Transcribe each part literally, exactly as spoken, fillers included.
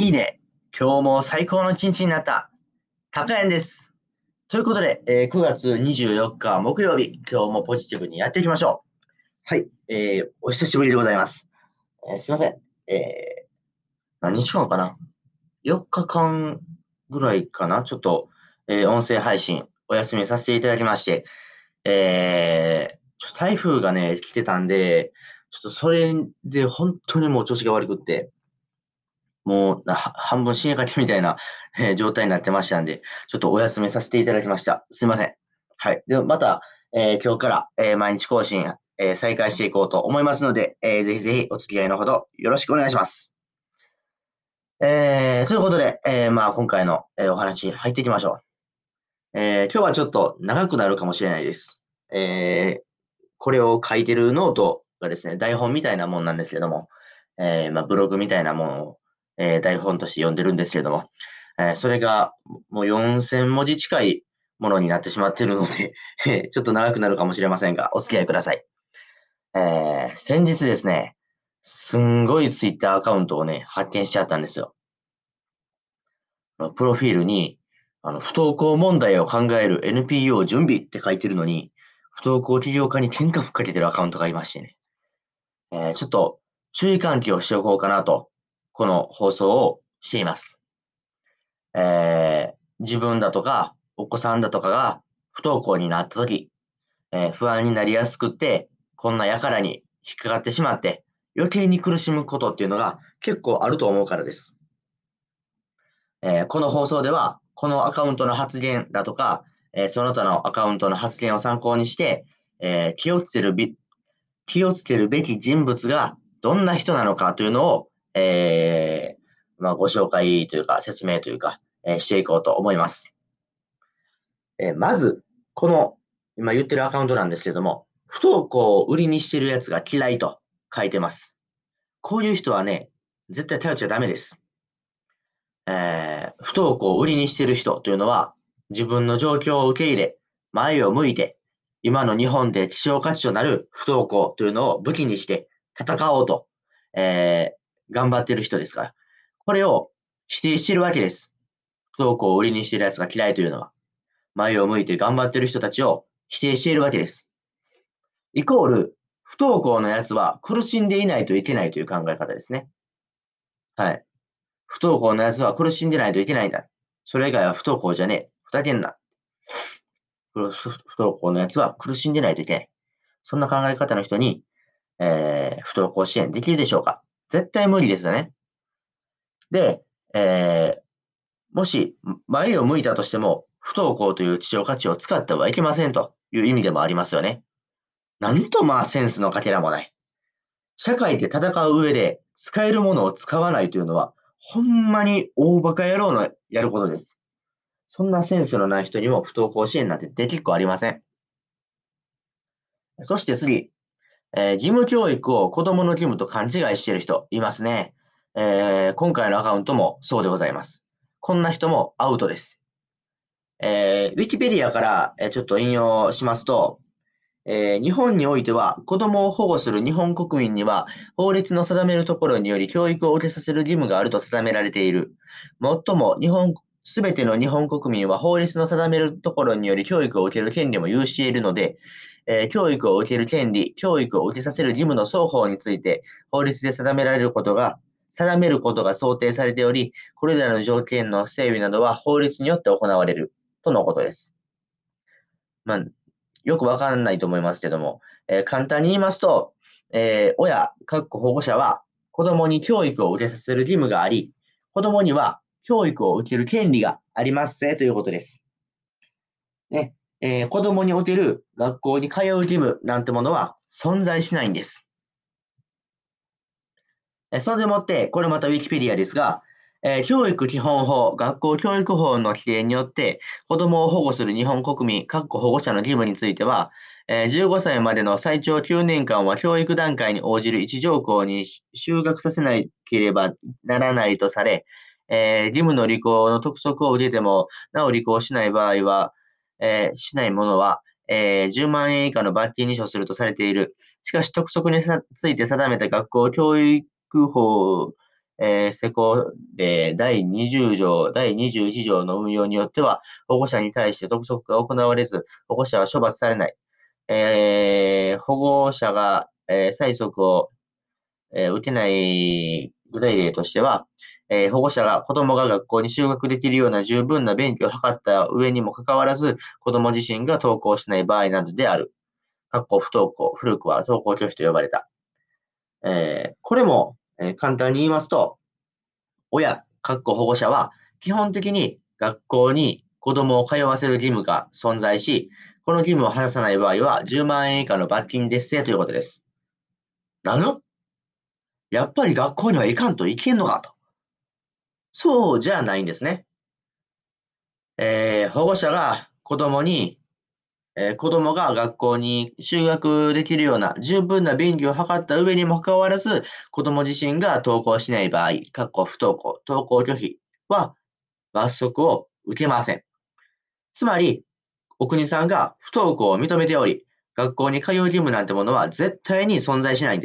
いいね。今日も最高の一日になった。たかやんです。ということで、えーくがつにじゅうよっか木曜日、今日もポジティブにやっていきましょう。はい、えー、お久しぶりでございます。えーすいません。えー、何日間かな ?よっかかんぐらいかなちょっと、えー音声配信お休みさせていただきまして、えー、ちょっと台風がね、来てたんで、ちょっとそれで本当にもう調子が悪くって、もう、なは半分死にかけみたいな、えー状態になってましたんで、ちょっとお休みさせていただきました。すいません。はい。ではまた、えー今日から、えー毎日更新、えー再開していこうと思いますので、えーぜひぜひお付き合いのほどよろしくお願いします。えーということで、えーまあ今回の、えーお話入っていきましょう。えー今日はちょっと長くなるかもしれないです。えーこれを書いてるノートがですね、台本みたいなもんなんですけども、えーまあ、ブログみたいなものを、えー台本として読んでるんですけれども、えーそれがもうよんせん文字近いものになってしまっているので、えーちょっと長くなるかもしれませんが、お付き合いください。えー先日ですね、すんごいツイッターアカウントをね、発見しちゃったんですよ。プロフィールに、あの、不登校問題を考える エヌピーオー 準備って書いてるのに、不登校起業家に喧嘩ふっかけてるアカウントがいましてね。えーちょっと注意喚起をしておこうかなと、この放送をしています。えー自分だとか、お子さんだとかが不登校になったとき、えー不安になりやすくって、こんな輩に引っかかってしまって、余計に苦しむことっていうのが結構あると思うからです。えーこの放送では、このアカウントの発言だとか、えーその他のアカウントの発言を参考にして、えー気をつけるべ気をつけるべき人物がどんな人なのかというのを、えーまあ、ご紹介というか説明というか、えーしていこうと思います。えーまず、この今言ってるアカウントなんですけども、不登校を売りにしてるやつが嫌いと書いてます。こういう人はね、絶対頼っちゃダメです。えー不登校を売りにしてる人というのは、自分の状況を受け入れ、前を向いて、今の日本で希少価値となる不登校というのを武器にして戦おうと、えー頑張ってる人ですから。これを否定してるわけです。不登校を売りにしてる奴が嫌いというのは、前を向いて頑張ってる人たちを否定しているわけです。イコール、不登校の奴は苦しんでいないといけないという考え方ですね。はい。不登校のやつは苦しんでないといけないんだ。それ以外は不登校じゃねえ。ふざけんな。不不不登校のやつは苦しんでないといけない。そんな考え方の人に、えー不登校支援できるでしょうか？絶対無理ですよね。で、えーもし前を向いたとしても、不登校という希少価値を使ってはいけませんという意味でもありますよね。なんとまあセンスのかけらもない。社会で戦う上で使えるものを使わないというのは、ほんまに大馬鹿野郎のやることです。そんなセンスのない人にも不登校支援なんてできっこありません。そして次、えー義務教育を子供の義務と勘違いしている人いますね。えー今回のアカウントもそうでございます。こんな人もアウトです。えー、ウィキペディアから、えーちょっと引用しますと、えー日本においては子供を保護する日本国民には法律の定めるところにより教育を受けさせる義務があると定められている。もっとも日本、すべての日本国民は法律の定めるところにより教育を受ける権利も有しているので、えー教育を受ける権利、教育を受けさせる義務の双方について法律で定められることが、定めることが想定されており、これらの条件の整備などは法律によって行われるとのことです。まあ、よくわからないと思いますけども、えー簡単に言いますと、えー親、かっこ保護者は子供に教育を受けさせる義務があり、子供には教育を受ける権利がありますせということです。ねえー子供における学校に通う義務なんてものは存在しないんです。えーそれでもって、これまたウィキペディアですが、えー教育基本法、学校教育法の規定によって、子供を保護する日本国民、かっこ保護者の義務については、えーじゅうごさいまでの最長きゅうねんかんは教育段階に応じる一条項に就学させなければならないとされ、えー義務の履行の督促を受けても、なお履行しない場合は、えーしない者は、えーじゅうまん円以下の罰金に処するとされている。しかし、督促について定めた学校教育法、 えー、施行令だいにじゅう条、だいにじゅういち条の運用によっては、保護者に対して督促が行われず、保護者は処罰されない。えー、保護者が、えー、催促を、えー受けない具体例としては、えー保護者が子供が学校に就学できるような十分な勉強を図った上にもかかわらず、子供自身が登校しない場合などである。かっこ不登校、古くは登校拒否と呼ばれた。えーこれも、えー簡単に言いますと、親、かっこ保護者は、基本的に学校に子供を通わせる義務が存在し、この義務を果たさない場合は、じゅうまん円以下の罰金ですせということです。なぬやっぱり学校には行かんといけんのかと。そうじゃないんですね。えー保護者が子供に、えー子供が学校に就学できるような十分な便宜を図った上にもかかわらず、子供自身が登校しない場合、かっこ不登校、登校拒否は罰則を受けません。つまり、お国さんが不登校を認めており、学校に通う義務なんてものは絶対に存在しないんです。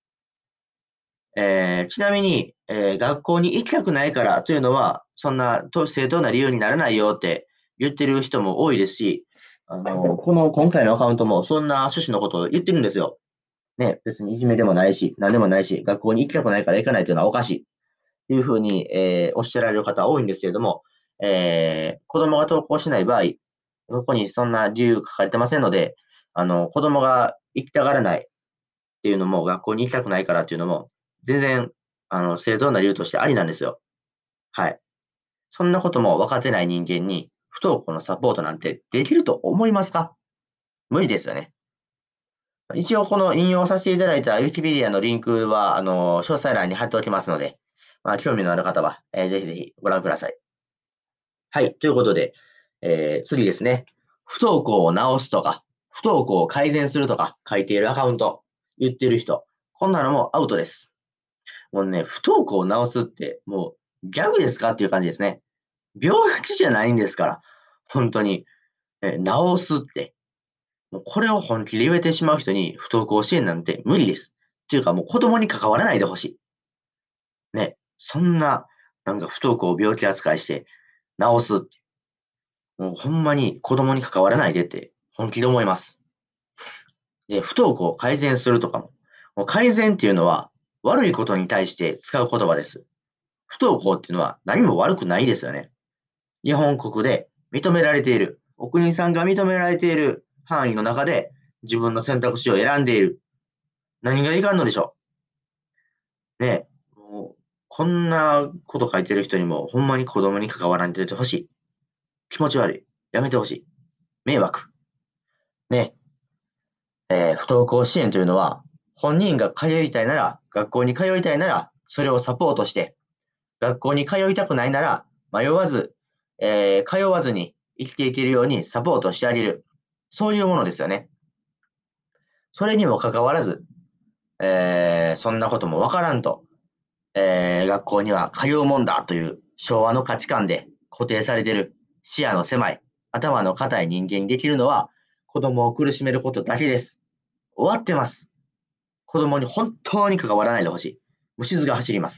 えーちなみに、えー学校に行きたくないからというのは、そんなと正当な理由にならないよって言ってる人も多いですし、あの、この今回のアカウントもそんな趣旨のことを言ってるんですよ。ね、別にいじめでもないし、何でもないし、学校に行きたくないから行かないというのはおかしい。というふうに、えーおっしゃられる方は多いんですけれども、えー子供が登校しない場合、ここにそんな理由書かれてませんので、あの、子供が行きたがらないっていうのも、学校に行きたくないからっていうのも、全然、あの、正当な理由としてありなんですよ。はい。そんなことも分かってない人間に、不登校のサポートなんてできると思いますか？無理ですよね。一応この引用させていただいた Wikipedia のリンクは、あの、詳細欄に貼っておきますので、まあ、興味のある方は、えーぜひぜひご覧ください。はい。ということで、えー次ですね。不登校を直すとか、不登校を改善するとか書いているアカウント、言っている人、こんなのもアウトです。もうね、不登校を直すって、もうギャグですかっていう感じですね。病気じゃないんですから、本当に。え、直すって。もうこれを本気で言えてしまう人に不登校支援なんて無理です。っていうかもう子供に関わらないでほしい。ね。そんな、なんか不登校を病気扱いして直すって、もうほんまに子供に関わらないでって本気で思います。で、不登校を改善するとかも、もう改善っていうのは悪いことに対して使う言葉です。不登校っていうのは何も悪くないですよね。日本国で認められている、お国さんが認められている範囲の中で自分の選択肢を選んでいる。何がいかんのでしょう。ねえ、もう、こんなこと書いてる人にも、ほんまに子供に関わらんといてほしい。気持ち悪い。やめてほしい。迷惑。ねえ、えー不登校支援というのは、本人が通いたいなら、学校に通いたいなら、それをサポートして、学校に通いたくないなら、迷わず、えー通わずに生きていけるようにサポートしてあげる。そういうものですよね。それにもかかわらず、えーそんなこともわからんと、えー学校には通うもんだという昭和の価値観で固定されている視野の狭い、頭の固い人間にできるのは、子供を苦しめることだけです。終わってます。子供に本当に関わらないでほしい。虫唾が走ります。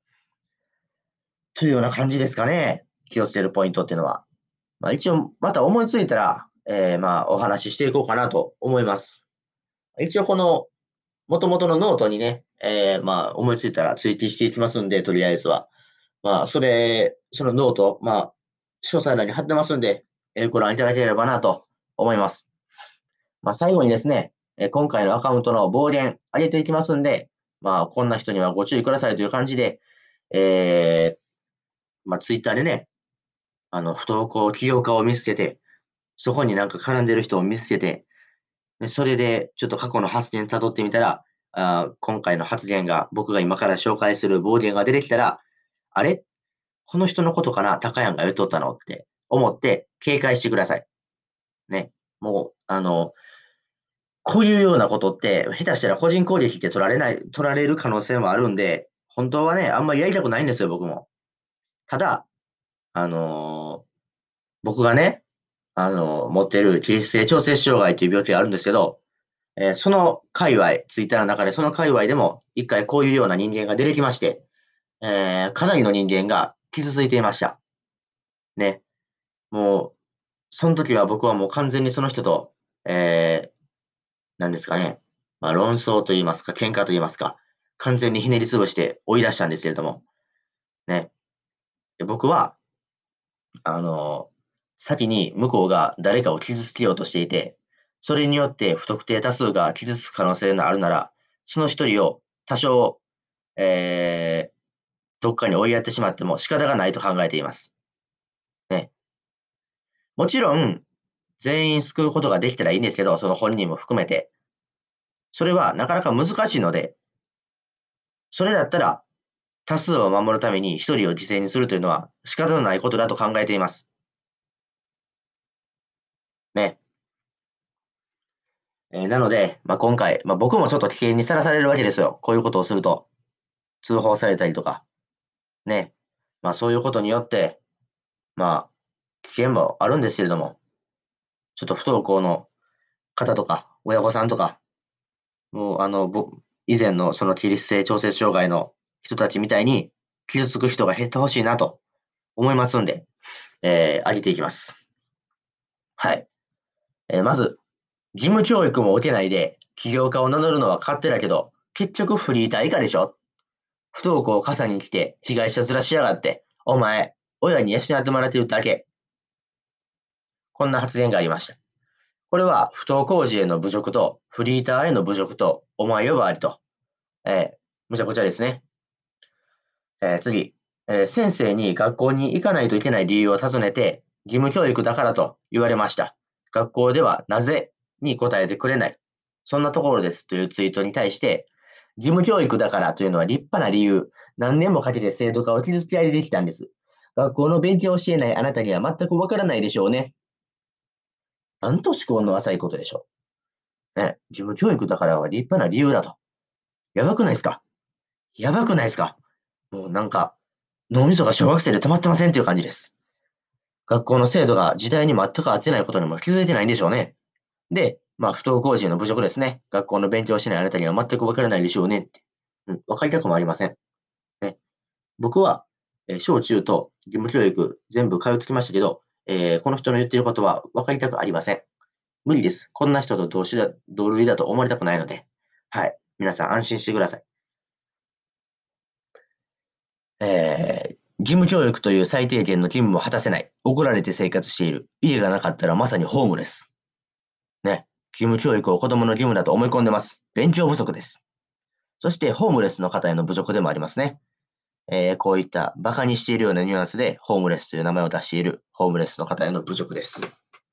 というような感じですかね。気をつけるポイントっていうのは。まあ、一応、また思いついたら、えーまあ、お話ししていこうかなと思います。一応、この元々のノートにね、えーまあ、思いついたら追記していきますんで、とりあえずは。まあ、それ、そのノート、まあ、詳細欄に貼ってますんで、えーご覧いただければなと思います。まあ、最後にですね、えー今回のアカウントの暴言上げていきますんで、まあ、こんな人にはご注意くださいという感じで、えーまあ、ツイッターでね、あの、不登校起業家を見つけて、そこになんか絡んでる人を見つけて、で、それでちょっと過去の発言辿ってみたら、あー今回の発言が、僕が今から紹介する暴言が出てきたら、あれこの人のことかな高谷が言っとったのって思って警戒してください。ね。もう、あの、こういうようなことって、下手したら個人攻撃って取られない、取られる可能性もあるんで、本当はね、あんまりやりたくないんですよ、僕も。ただ、あの、僕がね、あの、持っている起立性調節障害という病気があるんですけど、えーその界隈、ツイッターの中でその界隈でも、一回こういうような人間が出てきまして、 えーかなりの人間が傷ついていました。ね。もう、その時は僕はもう完全にその人と、えーなんですかね、まあ、論争と言いますか、喧嘩と言いますか、完全にひねり潰して追い出したんですけれども、ね。で、僕は、あの、先に向こうが誰かを傷つけようとしていて、それによって不特定多数が傷つく可能性があるなら、その一人を多少、えーどっかに追いやってしまっても仕方がないと考えています。ね。もちろん、全員救うことができたらいいんですけど、その本人も含めて。それはなかなか難しいので、それだったら多数を守るために一人を犠牲にするというのは仕方のないことだと考えています。ね。えーなので、まあ、今回、まあ、僕もちょっと危険にさらされるわけですよ。こういうことをすると。通報されたりとか。ね。まあ、そういうことによって、まあ、危険もあるんですけれども、ちょっと不登校の方とか、親御さんとか、もう、あの、ぼ以前のその起立性調節障害の人たちみたいに、傷つく人が減ってほしいなと思いますんで、えー上げていきます。はい。えーまず、義務教育も受けないで、起業家を名乗るのは勝手だけど、結局フリーター以下でしょ。不登校を傘に来て、被害者面しやがって、お前、親に養ってもらってるだけ。こんな発言がありました。これは、不登校児への侮辱と、フリーターへの侮辱と、お前呼ばわりと、えーむちゃくちゃですね。えー次、えー先生に学校に行かないといけない理由を尋ねて、義務教育だからと言われました。学校ではなぜに答えてくれない。そんなところですというツイートに対して、義務教育だからというのは立派な理由。何年もかけて生徒化を傷つけられてきたんです。学校の勉強を教えないあなたには全くわからないでしょうね。なんと思考の浅いことでしょう。ね、義務教育だからは立派な理由だと。やばくないですか？やばくないですか？もうなんか、脳みそが小学生で止まってませんっていう感じです。学校の制度が時代に全く合ってないことにも気づいてないんでしょうね。で、まあ、不登校児への侮辱ですね。学校の勉強をしないあなたには全くわからないでしょうねって。うん、わかりたくもありません。ね、僕は、えー小中と義務教育全部通ってきましたけど、えーこの人の言っていることはわかりたくありません。無理です。こんな人と同種だ同類だと思われたくないので、はい。皆さん安心してください。えー義務教育という最低限の義務を果たせない。怒られて生活している。家がなかったらまさにホームレス。ね。義務教育を子供の義務だと思い込んでます。勉強不足です。そして、ホームレスの方への侮辱でもありますね。えーこういった馬鹿にしているようなニュアンスで、ホームレスという名前を出しているホームレスの方への侮辱です。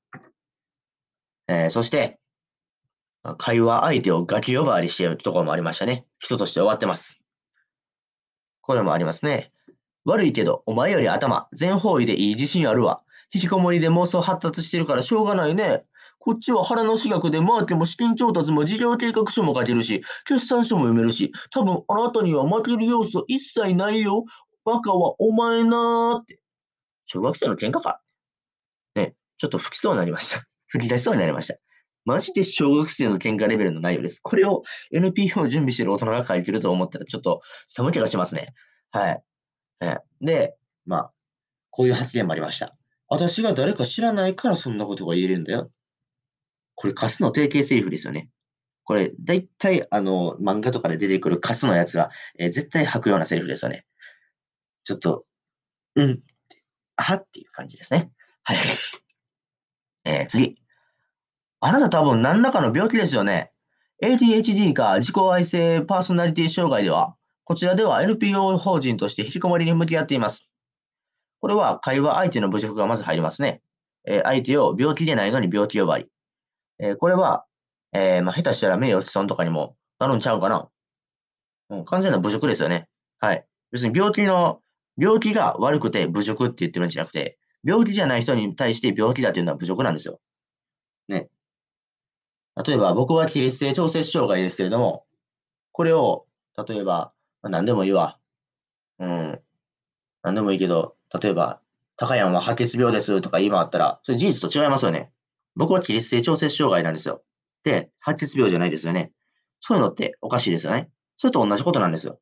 えーそして、会話相手をガキ呼ばわりしているところもありましたね。人として終わってます。これもありますね。悪いけど、お前より頭、全方位でいい自信あるわ。引きこもりで妄想発達してるからしょうがないね。こっちは腹の私学でマーケも資金調達も事業計画書も書けるし、決算書も読めるし、多分あなたには負ける要素一切ないよ。バカはお前なーって。小学生の喧嘩か。ね、ちょっと吹きそうになりました。吹き出しそうになりました。マジで小学生の喧嘩レベルの内容です。これを エヌピーオー 準備してる大人が書いてると思ったらちょっと寒気がしますね。はい。えで、まあ、こういう発言もありました。私が誰か知らないからそんなことが言えるんだよ。これ、カスの定型セリフですよね。これ、だいたい、あの、漫画とかで出てくるカスのやつが、えー絶対吐くようなセリフですよね。ちょっと、うん、はっていう感じですね。はい。えー次。あなた多分何らかの病気ですよね。エーディーエイチディー か自己愛性パーソナリティ障害では、こちらでは エヌピーオー 法人として引きこもりに向き合っています。これは会話相手の侮辱がまず入りますね。えー相手を病気でないのに病気呼ばわり。えーこれは、えーまあ、下手したら名誉毀損とかにもなるんちゃうかな。うん、完全な侮辱ですよね。はい。別に病気の、病気が悪くて侮辱って言ってるんじゃなくて、病気じゃない人に対して病気だというのは侮辱なんですよ。ね。例えば僕は起立性調節障害ですけれども、これを、例えば、まあ、何でもいいわ。うん。何でもいいけど、例えば、高山は白血病ですとか今あったら、それ事実と違いますよね。僕は起立性調節障害なんですよ。で、白血病じゃないですよね。そういうのっておかしいですよね。それと同じことなんですよ。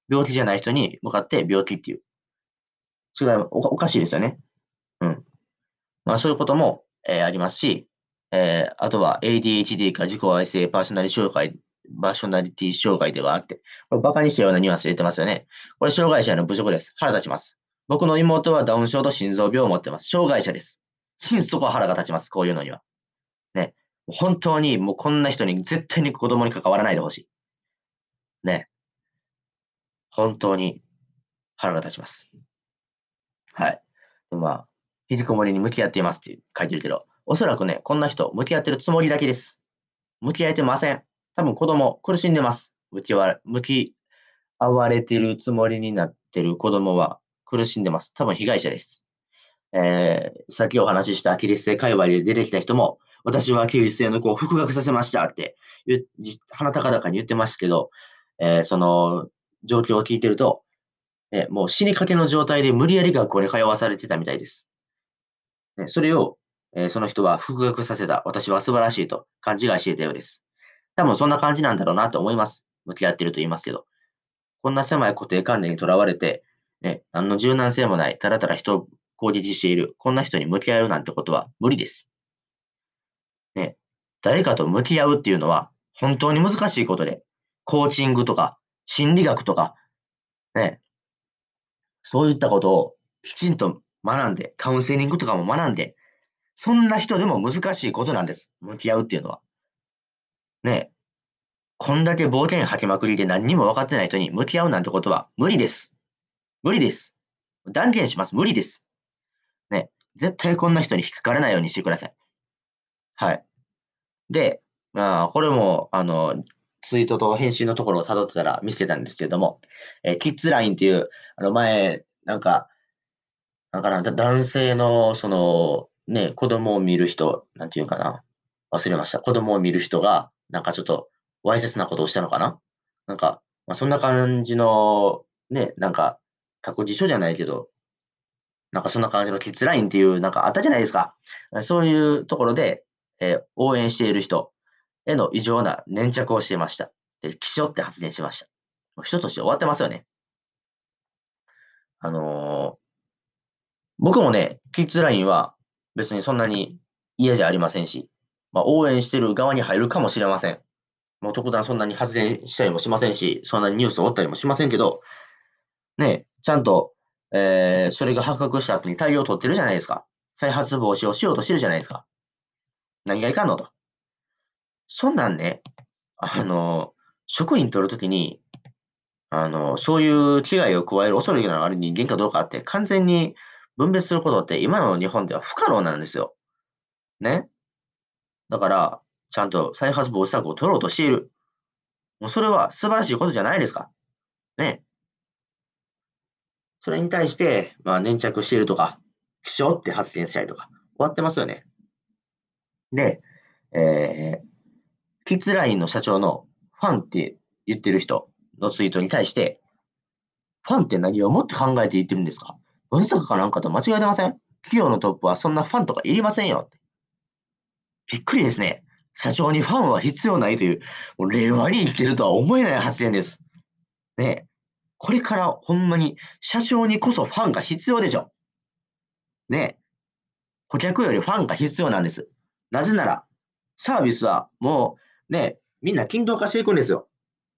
病気じゃない人に向かって病気っていう。違い、おかおかしいですよね。うん。まあ、そういうことも、えーありますし、えーあとは エーディーエイチディー か自己愛性パーソナリ障害、パーソナリティ障害ではあって、これバカにしたようなニュアンス入れてますよね。これ障害者への侮辱です。腹立ちます。僕の妹はダウン症と心臓病を持ってます。障害者です。心底腹が立ちます。こういうのには。ね。本当にもうこんな人に絶対に子供に関わらないでほしい。ね。本当に腹が立ちます。はい。まあ、引きこもりに向き合っていますって書いてるけど、おそらくね、こんな人、向き合ってるつもりだけです。向き合えてません。多分子供、苦しんでます。向きわ向き合われてるつもりになってる子供は苦しんでます。多分被害者です。えー、さっきお話しした起立性界隈で出てきた人も、私は起立性の子を復学させましたって言う、じ鼻高々に言ってますけど、えーその状況を聞いてると、ね、もう死にかけの状態で無理やり学校に通わされてたみたいです。ね、それを、えーその人は復学させた、私は素晴らしいと勘違いしていたようです。多分そんな感じなんだろうなと思います。向き合ってると言いますけど。こんな狭い固定観念にとらわれて、ね、何の柔軟性もない、ただただ人を攻撃している、こんな人に向き合うなんてことは無理です。ね、誰かと向き合うっていうのは本当に難しいことで、コーチングとか心理学とか、ね、そういったことをきちんと学んで、カウンセリングとかも学んで、そんな人でも難しいことなんです。向き合うっていうのは。ね、こんだけ冒険吐きまくりで何にも分かってない人に向き合うなんてことは無理です。無理です。断言します。無理です。ね。絶対こんな人に引っかからないようにしてください。はい。で、まあ、これも、あの、ツイートと返信のところを辿ってたら見せてたんですけれども、えーキッズラインっていう、あの、前、なんか、なんかな、だ男性の、その、ね、子供を見る人、なんていうかな、忘れました。子供を見る人が、なんかちょっと、わいせつなことをしたのかななんか、まあ、そんな感じの、ね、なんか、託児所じゃないけど、なんかそんな感じのキッズラインっていうなんかあったじゃないですか。そういうところで、えー応援している人への異常な粘着をしていました。で、気象って発言しました。もう人として終わってますよね。あのー僕もね、キッズラインは別にそんなに嫌じゃありませんし、まあ、応援してる側に入るかもしれません。もう特段そんなに発言したりもしませんし、そんなにニュースを追ったりもしませんけど、ね、ちゃんと、えーそれが発覚した後に対応を取ってるじゃないですか。再発防止をしようとしてるじゃないですか。何がいかんのと。そんなんね、あの、職員取るときに、あの、そういう危害を加える恐れがある人間かどうかって完全に分別することって今の日本では不可能なんですよ。ね。だから、ちゃんと再発防止策を取ろうとしている。もうそれは素晴らしいことじゃないですか。ね。それに対して、まあ、粘着しているとか、気象って発言したりとか、終わってますよね。で、えー、キッズラインの社長のファンって言ってる人のツイートに対して、ファンって何をもって考えて言ってるんですか？乃木坂かなんかと間違えてません？企業のトップはそんなファンとかいりませんよ。びっくりですね。社長にファンは必要ないという、もう令和に生きてるとは思えない発言です。ねえ。これからほんまに社長にこそファンが必要でしょ。ねえ。顧客よりファンが必要なんです。なぜなら、サービスはもうね、みんな均等化していくんですよ。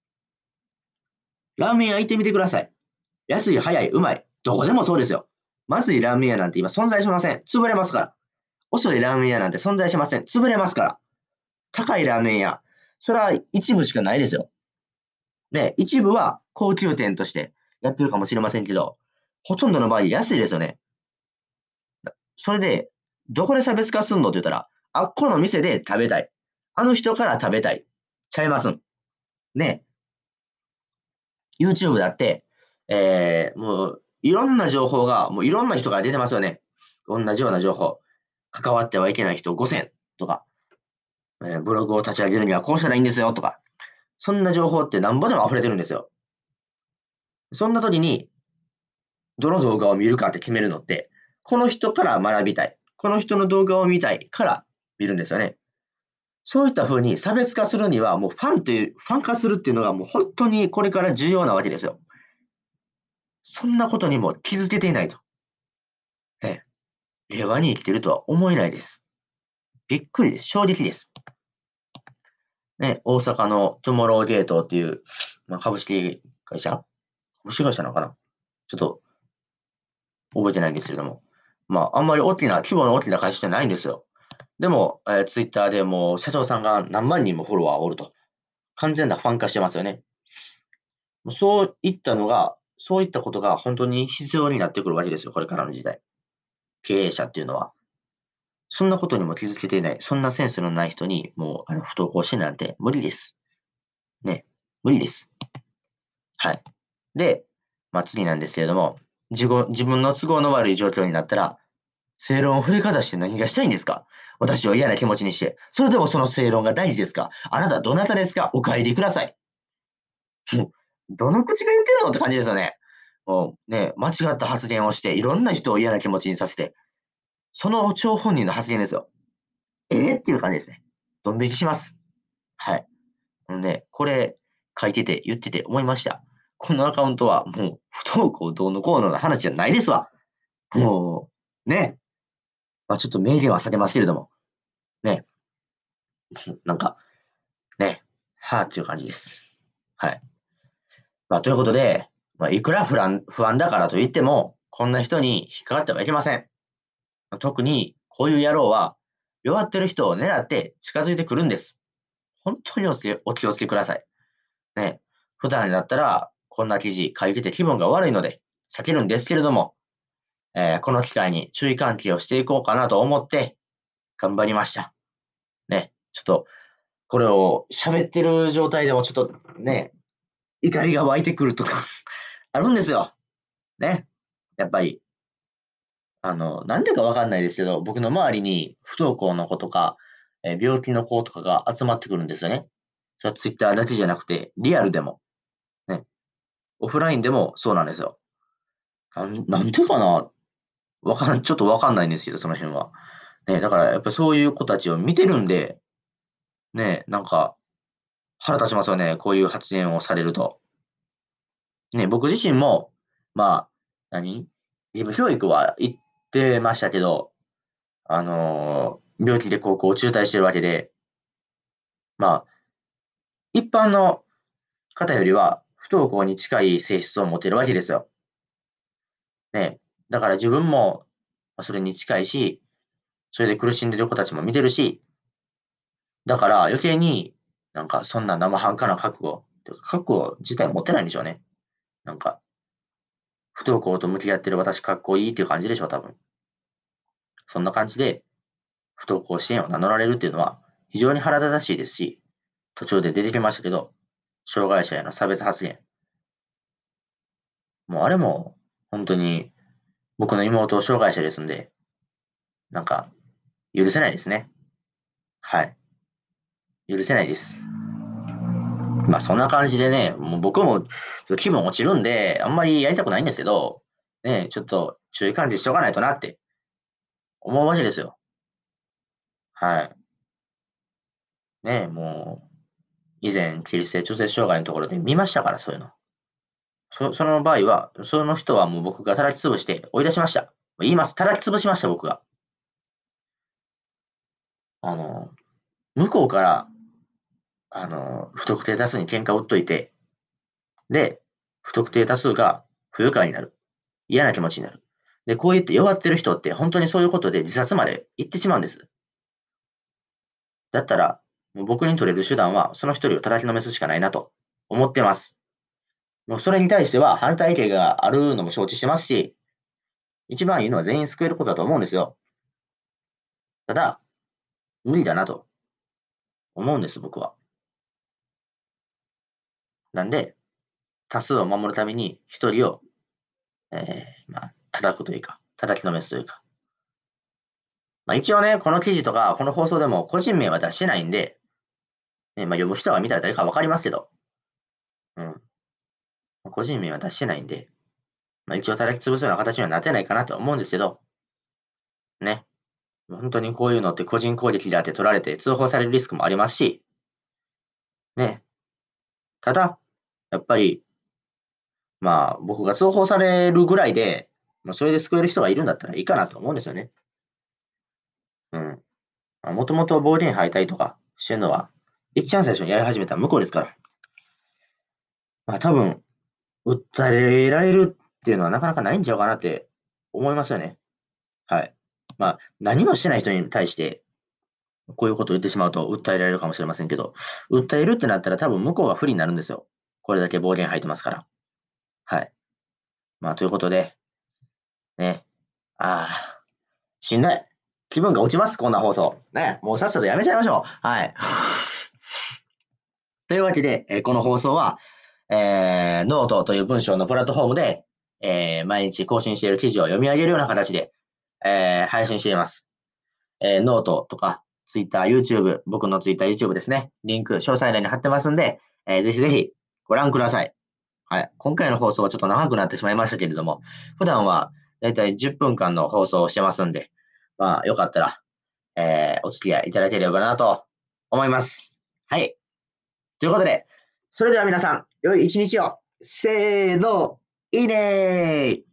ラーメン屋行ってみてください。安い、早い、うまい。どこでもそうですよ。まずいラーメン屋なんて今存在しません。潰れますから。遅いラーメン屋なんて存在しません。潰れますから。高いラーメン屋。それは一部しかないですよ。ね、一部は高級店としてやってるかもしれませんけど、ほとんどの場合安いですよね。それで、どこで差別化すんのって言ったら、あっこの店で食べたい。あの人から食べたい。ちゃいますん。ね。YouTube だって、えーもういろんな情報が、もういろんな人から出てますよね。同じような情報。関わってはいけない人ごせんとか、えーブログを立ち上げるにはこうしたらいいんですよとか、そんな情報ってなんぼでも溢れてるんですよ。そんな時に、どの動画を見るかって決めるのって、この人から学びたい。この人の動画を見たいから見るんですよね。そういった風に差別化するには、もうファンという、ファン化するっていうのがもう本当にこれから重要なわけですよ。 そんなことにも気づけていないと。ね、令和に生きてるとは思えないです。びっくりです。衝撃です。ね、大阪のトゥモローゲートっていう、まあ、株式会社株式会社なのかなちょっと覚えてないんですけれども。まあ、あんまり大きな、規模の大きな会社じゃないんですよ。でも、えー、ツイッターでもう社長さんが何万人もフォロワーおると。完全なファン化してますよね。もうそういったのが、そういったことが本当に必要になってくるわけですよ、これからの時代。経営者っていうのは。そんなことにも気づけていない、そんなセンスのない人に、もう、あの、不登校してなんて無理です。ね。無理です。はい。で、まあ、次なんですけれども、自己自分の都合の悪い状況になったら、正論を振りかざして何がしたいんですか？私を嫌な気持ちにして。それでもその正論が大事ですか？あなたどなたですか？お帰りください。もう、どの口が言ってんのって感じですよね。もうね、間違った発言をして、いろんな人を嫌な気持ちにさせて、その張本人の発言ですよ。ええっていう感じですね。ドン引きします。はい。あのね、これ書いてて言ってて思いました。このアカウントはもう不登校どうのこうのの話じゃないですわ。もう、ね。まあ、ちょっと明言は避けますけれども、ね。なんか、ね、はあっていう感じです。はい。まあ、ということで、まあ、いくら不安不安だからといっても、こんな人に引っかかってはいけません。特に、こういう野郎は、弱ってる人を狙って近づいてくるんです。本当にお気お気をつけください。ね。普段だったら、こんな記事書いてて気分が悪いので、避けるんですけれども、えーこの機会に注意喚起をしていこうかなと思って、頑張りました。ね。ちょっと、これを喋ってる状態でもちょっとね、怒りが湧いてくるとかあるんですよ。ね。やっぱり、あの、なんでかわかんないですけど、僕の周りに不登校の子とか、えー病気の子とかが集まってくるんですよね。それはツイッターだけじゃなくて、リアルでも、ね、オフラインでもそうなんですよ。なんなんでかなわかんちょっとわかんないんですけど、その辺は。ね、だからやっぱそういう子たちを見てるんで、ね、なんか腹立ちますよね、こういう発言をされると。ね、僕自身も、まあ、何義務教育は行ってましたけど、あの、病気で高校を中退してるわけで、まあ、一般の方よりは不登校に近い性質を持てるわけですよ。ね。だから自分も、ま、それに近いし、それで苦しんでる子たちも見てるし、だから余計に、なんかそんな生半可な覚悟てか覚悟自体持ってないんでしょうね。なんか、不登校と向き合ってる私かっこいいっていう感じでしょう、多分。そんな感じで、不登校支援を名乗られるっていうのは非常に腹立たしいですし、途中で出てきましたけど、障害者への差別発言。もうあれも、本当に僕の妹障害者ですんで、なんか、許せないですね。はい。許せないです。まあそんな感じでね、もう僕もちょっと気分落ちるんで、あんまりやりたくないんですけど、ね、ちょっと注意喚起しとかないとなって思うわけですよ。はい。ね、もう、以前、起立性調節障害のところで見ましたから、そういうの。そその場合は、その人はもう僕が叩き潰して追い出しました。言います。叩き潰しました、僕が。あの、向こうから、あの、不特定多数に喧嘩を売っといて、で、不特定多数が不愉快になる。嫌な気持ちになる。で、こういって弱ってる人って本当にそういうことで自殺まで行ってしまうんです。だったら、もう僕に取れる手段はその一人を叩きのめすしかないなと思ってます。もうそれに対しては反対意見があるのも承知してますし、一番いいのは全員救えることだと思うんですよ。ただ、無理だなと思うんです、僕は。なんで、多数を守るために一人を、えー、まあ、叩くというか、叩きのめすというか。まあ、一応ね、この記事とか、この放送でも個人名は出してないんで、ね、まあ、読む人が見たら誰かわかりますけど、うん。個人名は出してないんで、まあ、一応叩き潰すような形にはなってないかなと思うんですけど、ね。本当にこういうのって個人攻撃だって取られて通報されるリスクもありますし、ね。ただ、やっぱり、 まあ、僕が通報されるぐらいで、まあ、それで救える人がいるんだったらいいかなと思うんですよね。うん。まあ、もともと暴言吐いたりとかしてるのは、いっちゃん最初にやり始めた向こうですから。まあ、多分、訴えられるっていうのはなかなかないんちゃうかなって思いますよね。はい。まあ、何もしてない人に対して、こういうことを言ってしまうと訴えられるかもしれませんけど、訴えるってなったら多分向こうが不利になるんですよ。これだけ暴言吐いてますから。はい。まあ、ということで、ね。ああ、しんどい。気分が落ちます、こんな放送。ね。もうさっさとやめちゃいましょう。はい。というわけで、えーこの放送は、えー、ノートという文章のプラットフォームで、えー毎日更新している記事を読み上げるような形で、えー配信しています。えーノートとか、Twitter、YouTube、僕の Twitter、YouTube ですね。リンク、詳細欄に貼ってますんで、えーぜひぜひご覧ください。はい。今回の放送はちょっと長くなってしまいましたけれども、普段はだいたいじゅっぷんかんの放送をしてますんで、まあ、よかったら、えーお付き合いいただければなと思います。はい。ということで、それでは皆さん、良い一日を。せーの、いいねー